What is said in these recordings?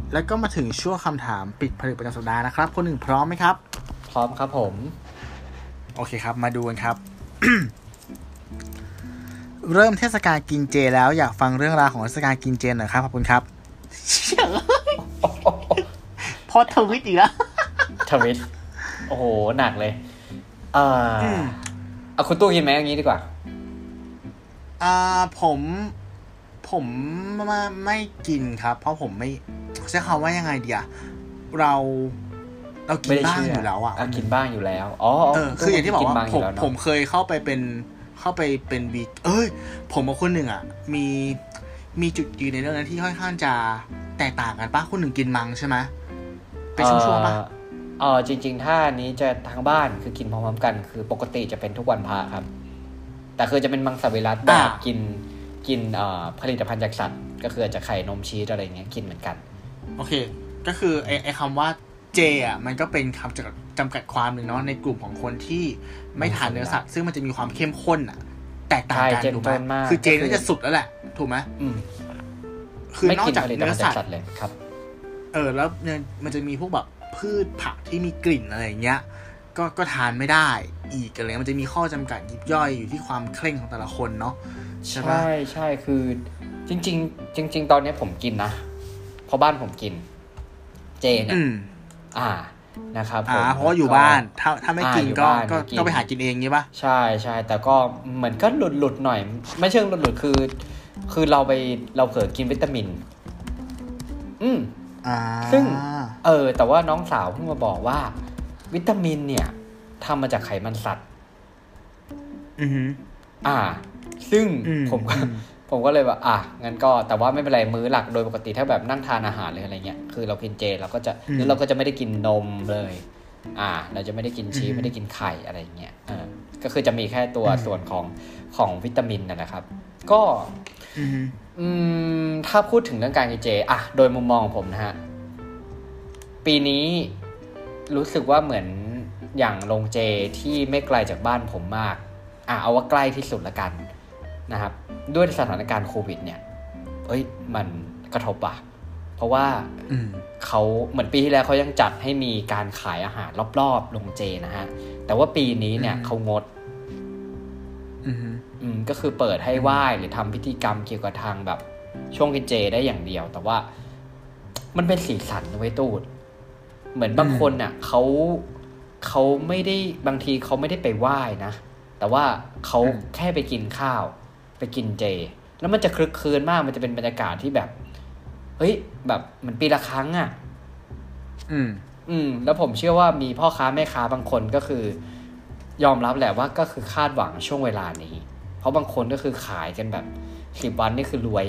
แล้วก็มาถึงช่วงคำถามปิดผลึกประจำสัปดาห์นะครับคนหนึ่งพร้อมไหมครับพร้อมครับผมโอเคครับมาดูกันครับ เริ่มเทศกาลกินเจแล้วอยากฟังเรื่องราวของเทศกาลกินเจหน่อยครับขอบคุณครับพอทวิตอีกแล้วทวิตโอ้โหหนักเลยเอาคุณตู้กินไหมอย่างนี้ดีกว่าผมไม่กินครับเพราะผมไม่ใช้คำว่ายังไงดีอะเรากินบ้างอยู่แล้วอะกินบ้างอยู่แล้วอ๋อคืออย่างที่บอกว่าผมเคยเข้าไปเป็นวีผมกับคนหนึ่งอะมีจุดยืนในเรื่องนั้นที่ค่อนข้างจะแตกต่างกันป่ะคนหนึ่งกินมังใช่ไหมเป็นช่วงๆป่ะจริงๆถ้านี้จะทางบ้านคือกินพร้อมๆกันคือปกติจะเป็นทุกวันพระครับแต่คือจะเป็นมังสวิรัติแบบกินผลิตภัณฑ์จากสัตว์ก็คือจะไข่นมชีสอะไรเงี้ยกินเหมือนกันโอเคก็คือไอ้คำว่าเจอ่ะมันก็เป็นคำจำกัดความหนึ่งเนาะในกลุ่มของคนที่ไม่ทานเนื้อสัตว์ซึ่งมันจะมีความเข้มข้นอ่ะแตกต่างกันถูกไหมคือเจน่าจะสุดแล้วแหละถูกไหมคือนอกจากเนื้อสัตว์เลยครับแล้วเนี่ยมันจะมีพวกแบบพืชผักที่มีกลิ่นอะไรอย่างเงี้ยก็ทานไม่ได้อีกอะไรมันจะมีข้อจำกัดยิบย่อยอยู่ที่ความเคร่งของแต่ละคนเนาะใช่คือจริงตอนนี้ผมกินนะเพราะบ้านผมกินเจเนี่ยนะครับเพราะว่าอยู่บ้านถ้าไม่กินก็ไปหากินเองงี้ป่ะใช่แต่ก็เหมือนก็หลุดหน่อยไม่เชิงหลุดคือเราเผลอกินวิตามินซึ่งแต่ว่าน้องสาวเพิ่งมาบอกว่าวิตามินเนี่ยทำมาจากไขมันสัตว์ซึ่งผมก็เลยว่างั้นก็แต่ว่าไม่เป็นไรมื้อหลักโดยปกติถ้าแบบนั่งทานอาหารเลยอะไรเงี้ยคือเรากินเจเราก็จะหรือเราก็จะไม่ได้กินนมเลยเราจะไม่ได้กินชีสไม่ได้กินไข่อะไรเงี้ยก็คือจะมีแค่ตัวส่วนของวิตามินนะครับก็ถ้าพูดถึงเรื่องการกินเจโดยมุมมองของผมนะฮะปีนี้รู้สึกว่าเหมือนอย่างโรงเจที่ไม่ไกลจากบ้านผมมากเอาว่าใกล้ที่สุดละกันนะครับด้วยสถานการณ์โควิดเนี่ยมันกระทบเพราะว่าเขาเหมือนปีที่แล้วเขายังจัดให้มีการขายอาหารรอบๆโรงเจนะฮะแต่ว่าปีนี้เนี่ยเขางดก็คือเปิดให้ไหว้หรือทำพิธีกรรมเกี่ยวกับทางแบบช่วงกินเจได้อย่างเดียวแต่ว่ามันเป็นสีสันไว้ตูดเหมือนบางคนน่ะเขาไม่ได้บางทีเขาไม่ได้ไปไหว้นะแต่ว่าเขาแค่ไปกินข้าวไปกินเจแล้วมันจะคลึกครื้นมากมันจะเป็นบรรยากาศที่แบบแบบเหมือนปีละครั้งแล้วผมเชื่อว่ามีพ่อค้าแม่ค้าบางคนก็คือยอมรับแหละว่าก็คือคาดหวังช่วงเวลานี้เพราะบางคนก็คือขายกันแบบ10 วันนี่คือรวย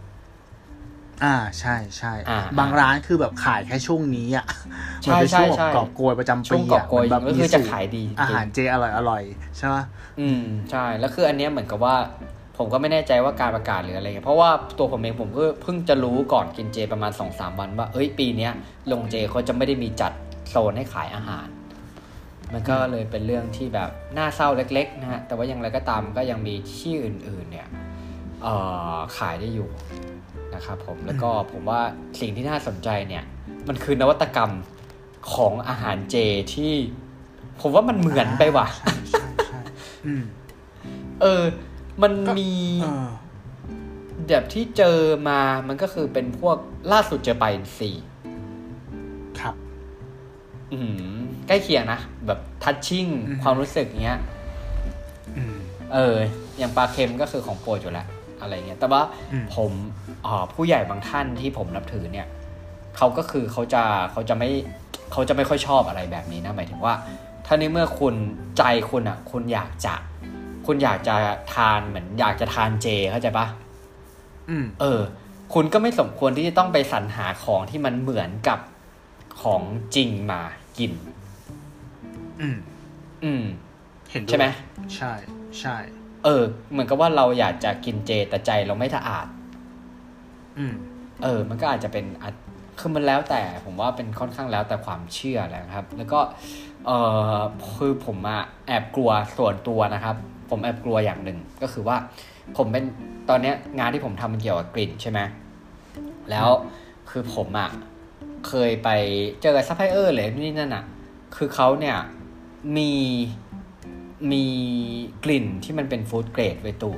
ใช่บางร้านคือแบบขายแค่ช่วงนี้ใช่ช่วงกอบโกยประจำปีแบบก็คือจะขายดีอาหารเจอร่อยใช่ไหมใช่แล้วคืออันนี้เหมือนกับว่าผมก็ไม่แน่ใจว่าการประกาศหรืออะไรเงี้ยเพราะว่าตัวผมเองผมก็เพิ่งจะรู้ก่อนกินเจประมาณ 2-3 วันว่าปีนี้โรงเจเขาจะไม่ได้มีจัดโซนให้ขายอาหารมันก็เลยเป็นเรื่องที่แบบน่าเศร้าเล็กๆนะฮะแต่ว่าอย่างไรก็ตามก็ยังมีที่อื่นๆเนี่ยขายได้อยู่นะครับผมแล้วก็ผมว่าสิ่งที่น่าสนใจเนี่ยมันคือนวัตกรรมของอาหารเจที่ผมว่ามันเหมือนไปว่ะมันมีแบบที่เจอมามันก็คือเป็นพวกล่าสุดเจอปลาอินทรีครับใกล้เคียงนะแบบทัชชิ่งความรู้สึกเงี้ยอย่างปลาเค็มก็คือของโปรดอยู่แล้วอะไรเงี้ยแต่ว่าผมผู้ใหญ่บางท่านที่ผมนับถือเนี่ยเขาก็คือเขาจะไม่ค่อยชอบอะไรแบบนี้นะหมายถึงว่าถ้าในเมื่อคุณใจคุณคุณอยากจะทานเหมือนอยากจะทานเจเข้าใจปะคุณก็ไม่สมควรที่จะต้องไปสรรหาของที่มันเหมือนกับของจริงมากินเห็นใช่ไหมใช่เหมือนกับว่าเราอยากจะกินเจแต่ใจเราไม่สะอาดมันก็อาจจะเป็นคือมันแล้วแต่ผมว่าเป็นค่อนข้างแล้วแต่ความเชื่อแหละครับแล้วก็คือผมแอบกลัวส่วนตัวนะครับผมแอบกลัวอย่างหนึ่งก็คือว่าผมเป็นตอนนี้งานที่ผมทำมันเกี่ยวกับกลิ่นใช่ไหมแล้วคือผมเคยไปเจอซัพพลายเออร์เลยนี่นั่นน่ะคือเขาเนี่ยมีกลิ่นที่มันเป็นฟู้ดเกรดไว้ตู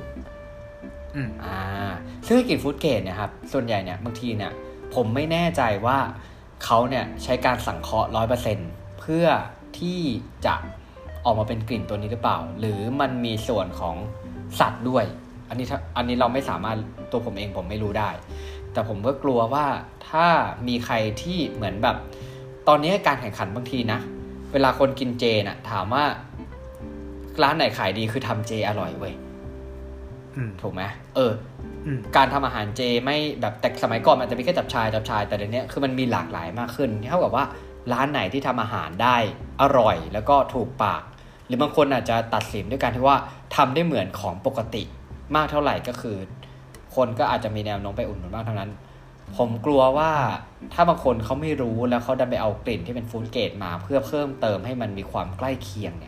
ซึ่งกลิ่นฟู้ดเกรดเนี่ยครับส่วนใหญ่เนี่ยบางทีเนี่ยผมไม่แน่ใจว่าเขาเนี่ยใช้การสังเคราะห์ 100% เพื่อที่จะออกมาเป็นกลิ่นตัวนี้หรือเปล่าหรือมันมีส่วนของสัตว์ด้วยอันนี้เราไม่สามารถตัวผมเองผมไม่รู้ได้แต่ผมก็กลัวว่าถ้ามีใครที่เหมือนแบบตอนนี้การแข่งขันบางทีนะเวลาคนกินเจน่ะถามว่าร้านไหนขายดีคือทำเจอร่อยเว้ยถูกไหมการทำอาหารเจไม่แบบแต่สมัยก่อนมันจะมีแค่จับชายแต่เดี๋ยวนี้คือมันมีหลากหลายมากขึ้นเท่ากับว่าร้านไหนที่ทำอาหารได้อร่อยแล้วก็ถูกปากหรือบางคนอาจจะตัดสินด้วยการที่ว่าทำได้เหมือนของปกติมากเท่าไหร่ก็คือคนก็อาจจะมีแนวโน้มไปอุดหนุนมากเท่านั้นผมกลัวว่าถ้าบางคนเขาไม่รู้แล้วเขาดันไปเอากลิ่นที่เป็นฟู้ดเกรดมาเพื่อเพิ่มเติมให้มันมีความใกล้เคียงเนี่ย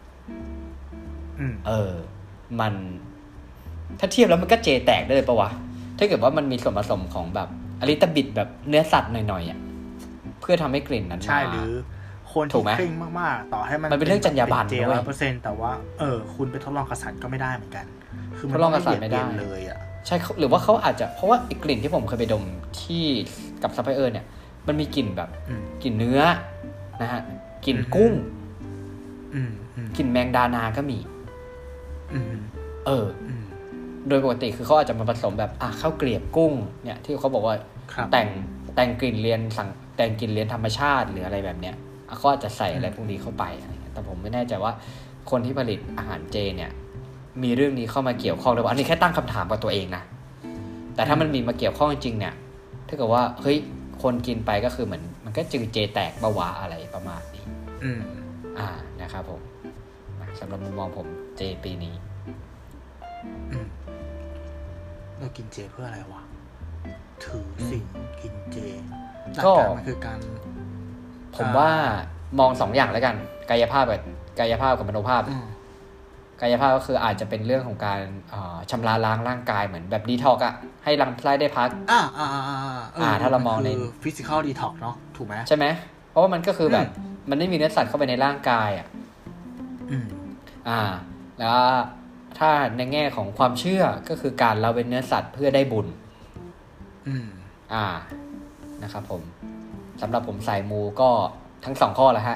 มันถ้าเทียบแล้วมันก็เจแตกได้เลยปะวะถ้าเกิดว่ามันมีส่วนผสมของแบบอลิตาบิดแบบเนื้อสัตว์หน่อยๆอ่ะเพื่อทำให้กลิ่นนั้นมาใช่หรือคนที่เคร่งมากๆต่อให้มันเป็นเรื่องจรรยาบรรณเจ 100% แต่ว่าคุณไปทดลองกับสัตว์ก็ไม่ได้เหมือนกันคือทดลองกับสัตว์ไม่ได้เลยอ่ะใช่หรือว่าเขาอาจจะเพราะว่าไอ้กลิ่นที่ผมเคยไปดมที่กับซัพพลายเออร์เนี่ยมันมีกลิ่นแบบกลิ่นเนื้อนะฮะกลิ่นกุ้งกลิ่นแมงดานาก็มีโดยปกติคือเขาอาจจะมาผสมแบบข้าวเกลียบกุ้งเนี่ยที่เขาบอกว่าแต่งกลิ่นเลียนแต่งกลิ่นเลียนธรรมชาติหรืออะไรแบบเนี้ยเขาอาจจะใส่อะไรพวกนี้เข้าไปแต่ผมไม่แน่ใจว่าคนที่ผลิตอาหารเจเนี่ยมีเรื่องนี้เข้ามาเกี่ยวข้องหรือเปล่าอันนี้แค่ตั้งคำถามกับตัวเองนะแต่ถ้ามันมีมาเกี่ยวข้องจริงเนี่ยถ้าเกิดว่าเฮ้ยคนกินไปก็คือเหมือนมันก็จืดเจแตกบะวะอะไรประมาณนี้นะครับผมสำหรับมุมมองผมเจปีนี้เรากินเจเพื่ออะไรวะถือสิ่งกินเจก็มันคือการผมว่ามอง2 อย่างแล้วกันกายภาพกับมโนภาพกายภาพก็คืออาจจะเป็นเรื่องของการชำระล้างร่างกายเหมือนแบบดีท็อกซ์ให้ลำไส้ได้พักถ้าเรามองในฟิสิคอลดีท็อกซ์เนาะถูกไหมใช่ไหมเพราะว่ามันก็คือแบบมันไม่มีเนื้อสัตว์เข้าไปในร่างกายแล้วถ้าในแง่ของความเชื่อก็คือการละเว้นเนื้อสัตว์เพื่อได้บุญนะครับผมสำหรับผมสายมูก็ทั้ง2ข้อแล้วฮะ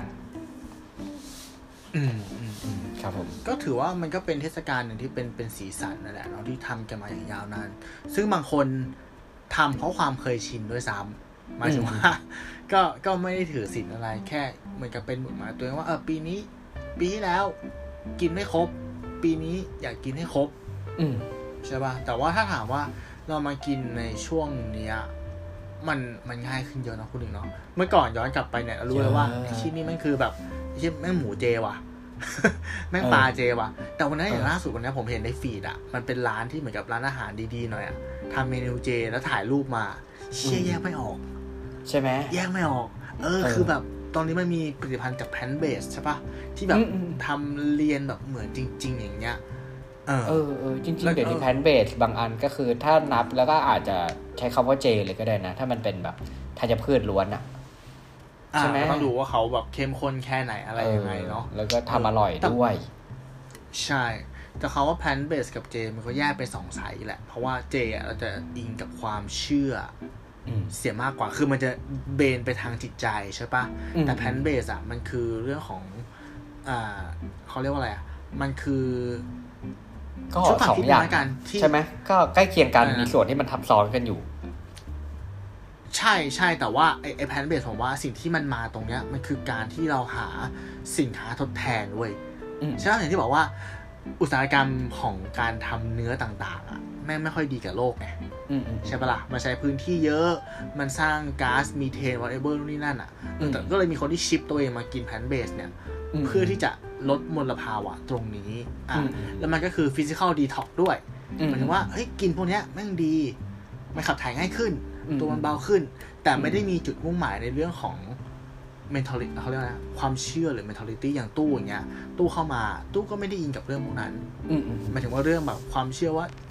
ครับผมก็ถือว่ามันก็เป็นเทศกาลหนึ่งที่เป็นสีสันนั่นแหละเนาะที่ทำกันมาอย่างยาวนานซึ่งบางคนทำเพราะความเคยชินด้วยซ้ำหมายถึงว่าก็ไม่ได้ถือศีลอะไรแค่เหมือนกับเป็นหมุดหมายตัวเองว่าปีที่แล้วกินไม่ครบปีนี้อยากกินให้ครบใช่ป่ะแต่ว่าถ้าถามว่าเรามากินในช่วงเนี้ยมันง่ายขึ้นเยอะนะคุณหนึ่งเนาะเมื่อก่อนย้อนกลับไปเนี่ยรู้เลยว่าชิ้นนี้มันคือแบบชิ้นแม่งหมูเจว่ะแม่งปลาเจว่ะแต่วันนั้นอย่างล่าสุดวันนี้ผมเห็นในฟีดมันเป็นร้านที่เหมือนกับร้านอาหารดีๆหน่อยทำเมนูเจแล้วถ่ายรูปมาเชี่ยแยกไม่ออกใช่ไหมแยกไม่ออกคือแบบตอนนี้มันมีผลิตภัณฑ์จากแพนเบสใช่ป่ะที่แบบทำเรียนแบบเหมือนจริงๆอย่างเงี้ยจริงๆเดี๋ยวนี้แพนเบสบางอันก็คือถ้านับแล้วก็อาจจะใช้คำว่าเจเลยก็ได้นะถ้ามันเป็นแบบธัญพืชล้วนใช่ไหมต้องดูว่าเขาแบบเข้มข้นแค่ไหนอะไรยังไงเนาะแล้วก็ทำอร่อยด้วยใช่แต่เขาว่าแพนเบสกับเจมันก็แยกเป็น2 สายแหละเพราะว่าเจเราจะอิงกับความเชื่อเสียมากกว่าคือมันจะเบนไปทางจิตใจใช่ปะแต่แพนเบสมันคือเรื่องของเขาเรียกว่าอะไรมันคือก็2 อย่างใช่ไหมก็ใกล้เคียงกันมีส่วนที่มันทับซ้อนกันอยู่ใช่แต่ว่าไอ้แพนเบสผมว่าสิ่งที่มันมาตรงเนี้ยมันคือการที่เราหาสินค้าทดแทนเว้ยใช่ไหมอย่างที่บอกว่าอุตสาหกรรมของการทำเนื้อต่างๆแม่งไม่ค่อยดีกับโลกไงใช่ปะล่ะมันใช้พื้นที่เยอะมันสร้างก๊าซมีเทนวอทเอเวอร์นู่นนี่นั่นแต่ก็เลยมีคนที่ชิปตัวเองมากินแพนเบสเนี่ยเพื่อที่จะลดมลภาวะตรงนี้แล้วมันก็คือฟิสิคอลดีท็อกซ์ด้วยหมายถึงว่าเฮ้ยกินพวกเนี้ยแม่งดีมันขับถ่ายง่ายขึ้นตัวมันเบาขึ้นแต่ไม่ได้มีจุดมุ่งหมายในเรื่องของ mentality เขาเรียกว่าความเชื่อหรือ mentality อย่างตู้อย่างเงี้ยตู้เข้ามาตู้ก็ไม่ได้อินกับเรื่องพวกนั้นหมายถึงว่าเรื่องแบบความเชื่อว่า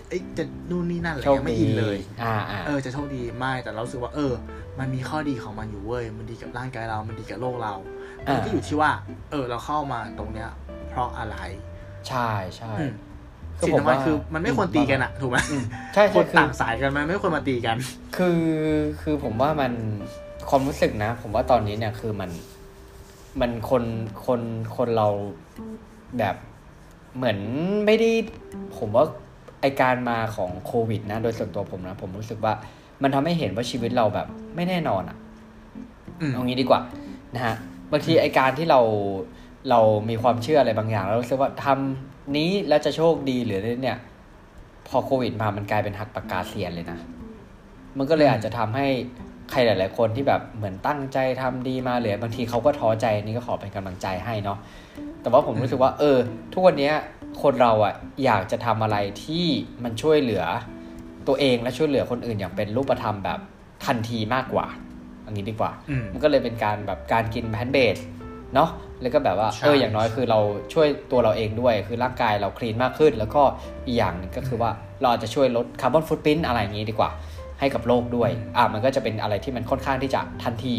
จะนู่นนี่นั่นอะไรไม่อินเลยจะโชคดีไม่แต่เราสึกว่ามันมีข้อดีของมันอยู่เว้ยมันดีกับร่างกายเรามันดีกับโลกเรามันก็อยู่ที่ว่าเราเข้ามาตรงเนี้ยเพราะอะไรใช่ใช่สิ่งสำคัญคือมันไม่ควรตีกันอะถูกไหมใช่คนต่างสายกันมันไม่ควรมาตีกันคือผมว่ามันความรู้สึกนะผมว่าตอนนี้เนี่ยคือมันคนเราแบบเหมือนไม่ได้ผมว่าไอการมาของโควิดนะโดยส่วนตัวผมนะผมรู้สึกว่ามันทำให้เห็นว่าชีวิตเราแบบไม่แน่นอนอ่ะเอางี้ดีกว่านะฮะบางทีไอการที่เรามีความเชื่ออะไรบางอย่างแล้วรู้สึกว่าทำนี้แล้วจะโชคดีหรืออะไรเนี่ยพอโควิดมามันกลายเป็นหักปากกาเซียนเลยนะมันก็เลยอาจจะทำให้ใครหลายๆคนที่แบบเหมือนตั้งใจทำดีมาเลยบางทีเขาก็ท้อใจนี่ก็ขอเป็นกำลังใจให้เนาะแต่ว่าผมรู้สึกว่าทุกวันนี้คนเราอ่ะอยากจะทำอะไรที่มันช่วยเหลือตัวเองและช่วยเหลือคนอื่นอย่างเป็นรูปธรรมแบบทันทีมากกว่าอันนี้ดีกว่ามันก็เลยเป็นการแบบการกินแพลนท์เบสเนาะแล้วก็แบบว่าอย่างน้อยคือเราช่วยตัวเราเองด้วยคือร่างกายเราคลีนมากขึ้นแล้วก็อีกอย่างนึงก็คือว่าเราอาจจะช่วยลดคาร์บอนฟุตพริ้นท์อะไรอย่างนี้ดีกว่าให้กับโลกด้วยมันก็จะเป็นอะไรที่มันค่อนข้างที่จะทันที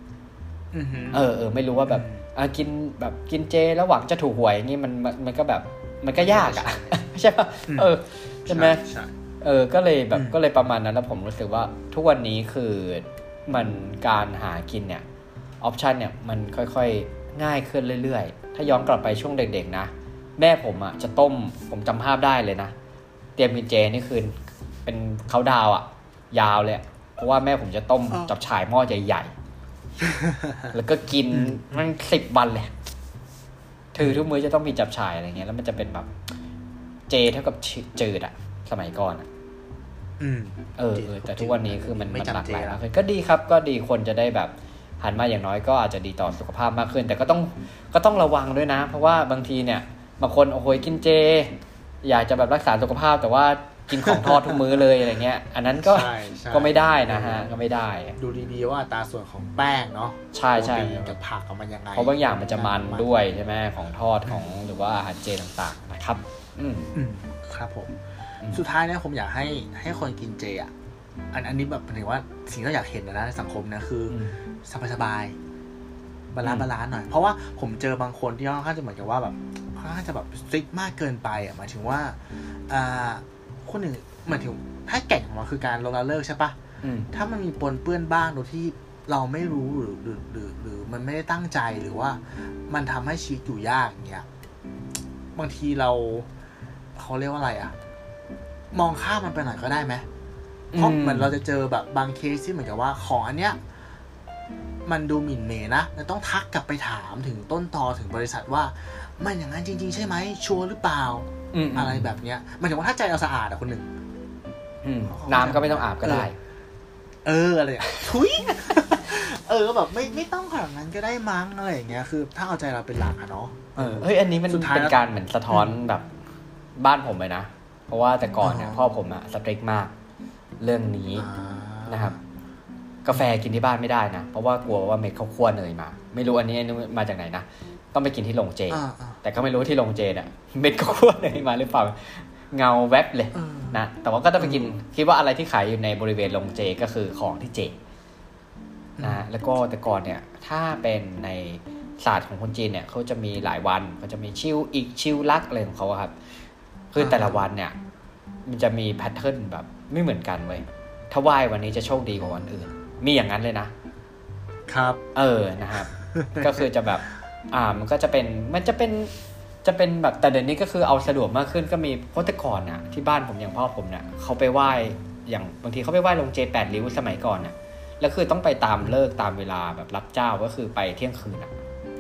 ไม่รู้ว่าแบบกินเจแล้วหวังจะถูกหวยอย่างนี้มันก็แบบมันก็ยากอ่ะใช่ป่ะใช่ไหมก็เลยประมาณนั้นแล้วผมรู้สึกว่าทุกวันนี้คือมันการหากินเนี่ยออปชันเนี่ยมันค่อยๆง่ายขึ้นเรื่อยๆถ้าย้อนกลับไปช่วงเด็กๆนะแม่ผมอ่ะจะต้มผมจำภาพได้เลยนะเตรียมกินเจนี่คือเป็นเขาดาวอ่ะยาวเลยเพราะว่าแม่ผมจะต้มจับฉ่ายหม้อใหญ่ๆแล้วก็กินมัน10 วันเลยถือทุกมื้อจะต้องมีจับฉ่ายอะไรเงี้ยแล้วมันจะเป็นแบบเจเท่ากับจืดอะสมัยก่อนอะแต่ทุกวันนี้คือมันหลากหลายแล้วก็ดีครับก็ดีคนจะได้แบบหันมาอย่างน้อยก็อาจจะดีต่อสุขภาพมากขึ้นแต่ก็ต้องระวังด้วยนะเพราะว่าบางทีเนี่ยบางคนโอ้โหกินเจอยากจะแบบรักษาสุขภาพแต่ว่ากินของทอดทุกมื้อเลยอะไรเงี้ยอันนั้นก็ไม่ได้นะฮะก็ไม่ได้ดูดีๆว่าอัตราส่วนของแป้งเนาะใช่กับผักมันยังไงเพราะบางอย่างมันจะมันด้วยใช่ไหมของทอดของหรือว่าอาหารเจต่างๆนะครับครับผมสุดท้ายเนี่ยผมอยากให้คนกินเจอ่ะอันนี้แบบหมายถึงว่าสิ่งที่เราอยากเห็นนะในสังคมนะคือสบายๆบาลานซ์หน่อยเพราะว่าผมเจอบางคนที่ค่อนข้างจะเหมือนกับว่าแบบค่อนข้างจะแบบสตริกมากเกินไปอ่ะหมายถึงว่าคนหนึ่งหมายถึงถ้าแก่งของมันคือการลงละเลิกใช่ปะถ้ามันมีปนเปื้อนบ้างโดยที่เราไม่รู้หรือมันไม่ได้ตั้งใจหรือว่ามันทำให้ชีวิตอยู่ยากอย่างเงี้ยบางทีเขาเรียกว่าอะไรอ่ะมองข้ามมันไปหน่อยก็ได้ไหมเพราะเหมือนเราจะเจอแบบบางเคสที่เหมือนกับว่าของอันเนี้ยมันดูหมิ่นเหม่นะแล้วต้องทักกลับไปถามถึงต้นตอถึงบริษัทว่ามันอย่างนั้นจริงๆใช่ไหมชัวร์หรือเปล่าอะไรแบบเนี้ยหมายถึงว่าถ้าใจเราสะอาดอะคนหนึ่งน้ำก็ไม่ต้องอาบก็ได้อะไรอ่ะทุยก็แบบไม่ต้องขนาดนั้นก็ได้มั้งอะไรอย่างเงี้ยคือถ้าเอาใจเราเป็นหลักอะเนาะอันนี้มันเป็นการเหมือนสะท้อนแบบบ้านผมเลยนะเพราะว่าแต่ก่อนเนี่ยพ่อผมอะสตริกมากเรื่องนี้นะครับกาแฟกินที่บ้านไม่ได้นะเพราะว่ากลัวว่าเม็ดข้าวคั่วเนยมาไม่รู้อันนี้มาจากไหนนะต้องไปกินที่โรงเจแต่ก็ไม่รู้ที่โรงเจเนี่ยเม็ดข้าวคั่วเนยมาหรือเปล่าเงาแวบเลยนะแต่ว่าก็ต้องไปกินคิดว่าอะไรที่ขายอยู่ในบริเวณโรงเจก็คือของที่เจนะแล้วก็แต่ก่อนเนี่ยถ้าเป็นในศาสตร์ของคนจีนเนี่ยเขาจะมีหลายวันเขาจะมีชิวอีกชิวลักอะไรของเขาครับคือแต่ละวันเนี่ยมันจะมีแพทเทิร์นแบบไม่เหมือนกันเว้ยถ้าไหว้วันนี้จะโชคดีกว่าวันอื่นมีอย่างนั้นเลยนะครับนะครับ ก็คือจะแบบมันก็จะเป็นแบบแต่เดี๋ยวนี้ก็คือเอาสะดวกมากขึ้นก็มีเพราะแต่ก่อนน่ะที่บ้านผมอย่างพ่อผมเนี่ยเขาไปไหว้อย่างบางทีเขาไปไหว้ลงเจ8 ริ้วสมัยก่อนน่ะแล้วคือต้องไปตามเลิกตามเวลาแบบรับเจ้าก็คือไปเที่ยงคืนอ่ะ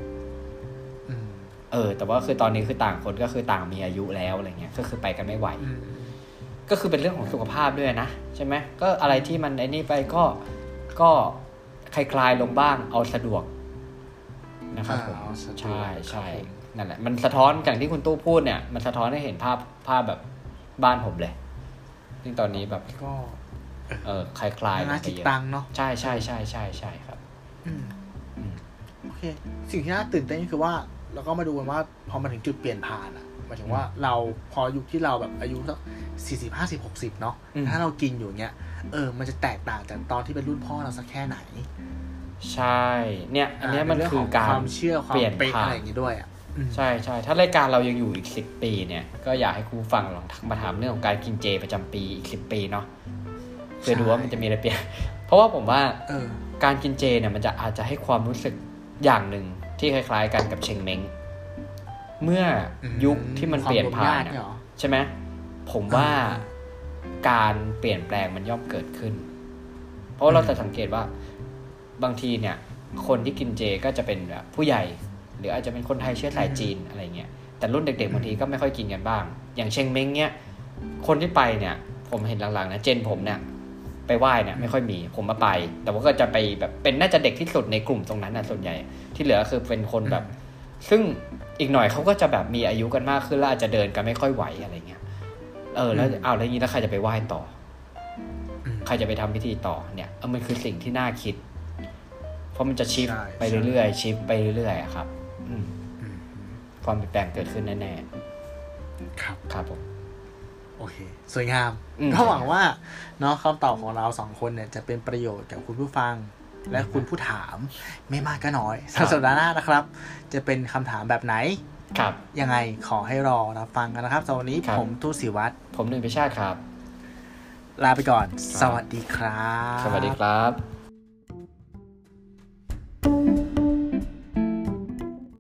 แต่ว่าคือตอนนี้คือต่างคนก็คือต่างมีอายุแล้วอะไรเงี้ยก็คือไปกันไม่ไหวก็คือเป็นเรื่องของสุขภาพด้วยนะใช่ไหมก็อะไรที่มันไอ้นี่ไปก็คลายๆลงบ้างเอาสะดวกนะครับผมใช่นั่นแหละมันสะท้อนอย่างที่คุณตู้พูดเนี่ยมันสะท้อนให้เห็นภาพแบบบ้านผมเลยซึ่งตอนนี้แบบก็คลายๆน่าจิตตังเนาะใช่ครับโอเคสิ่งที่น่าตื่นเต้นคือว่าเราก็มาดูกันว่าพอมาถึงจุดเปลี่ยนผ่านอ่ะหมายถึงว่าเราพอยุคที่เราแบบอายุสัก 40 50 60เนาะถ้าเรากินอยู่เงี้ยมันจะแตกต่างจากตอนที่เป็นรุ่นพ่อเราสักแค่ไหนใช่เนี่ยอันนี้มันคือการความเชื่อความเป๊ะอะไรอย่างงี้ด้วยใช่ใช่ถ้ารายการเรายังอยู่อีก10 ปีเนี่ยก็อยากให้ครูฟังลองมาถามเรื่องของการกินเจประจำปีอีก10 ปีเนาะเพื่อดูว่ามันจะมีอะไรเปลี่ยนเพราะว่าผมว่าการกินเจเนี่ยมันจะอาจจะให้ความรู้สึกอย่างหนึ่งที่คล้ายๆกันกับเชงเม้งเมื่อยุคที่มันเปลี่ยนผ่านใช่ไหมผมว่าการเปลี่ยนแปลงมันย่อมเกิดขึ้นเพราะเราจะสังเกตว่าบางทีเนี่ยคนที่กินเจก็จะเป็นแบบผู้ใหญ่หรืออาจจะเป็นคนไทยเชื้อสายจีนอะไรเงี้ยแต่รุ่นเด็กๆบางทีก็ไม่ค่อยกินกันบ้างอย่างเชงเม้งเนี่ยคนที่ไปเนี่ยผมเห็นหลังๆนะเจนผมเนี่ยไปไหว้เนี่ยไม่ค่อยมีผมมาไปแต่ว่าก็จะไปแบบเป็นน่าจะเด็กที่สุดในกลุ่มตรงนั้นนะส่วนใหญ่ที่เหลือคือเป็นคนแบบซึ่งอีกหน่อยเขาก็จะแบบมีอายุกันมากขึ้นแล้วอาจจะเดินกันไม่ค่อยไหวอะไรเงี้ยแล้วแล้วอย่างนี้แล้วใครจะไปไหว้ต่อใครจะไปทำพิธีต่อเนี่ยมันคือสิ่งที่น่าคิดเพราะมันจะชิปไปเรื่อยๆชิปไปเรื่อยๆครับความเปลี่ยนแปลงเกิดขึ้นแน่ๆครับผมโอเคสวยงามก็หวังว่าเนาะคำตอบของเรา2คนเนี่ยจะเป็นประโยชน์กับคุณผู้ฟังและคุณผู้ถามไม่มากก็น้อยสัปดาห์หน้านะครับจะเป็นคำถามแบบไหนครับยังไงขอให้รอรับฟังกันนะครับสำหรับวันนี้ผมทูศิวัฒน์ผมหนึ่งพิชาติครับลาไปก่อนสวัสดีครับสวัสดีครับ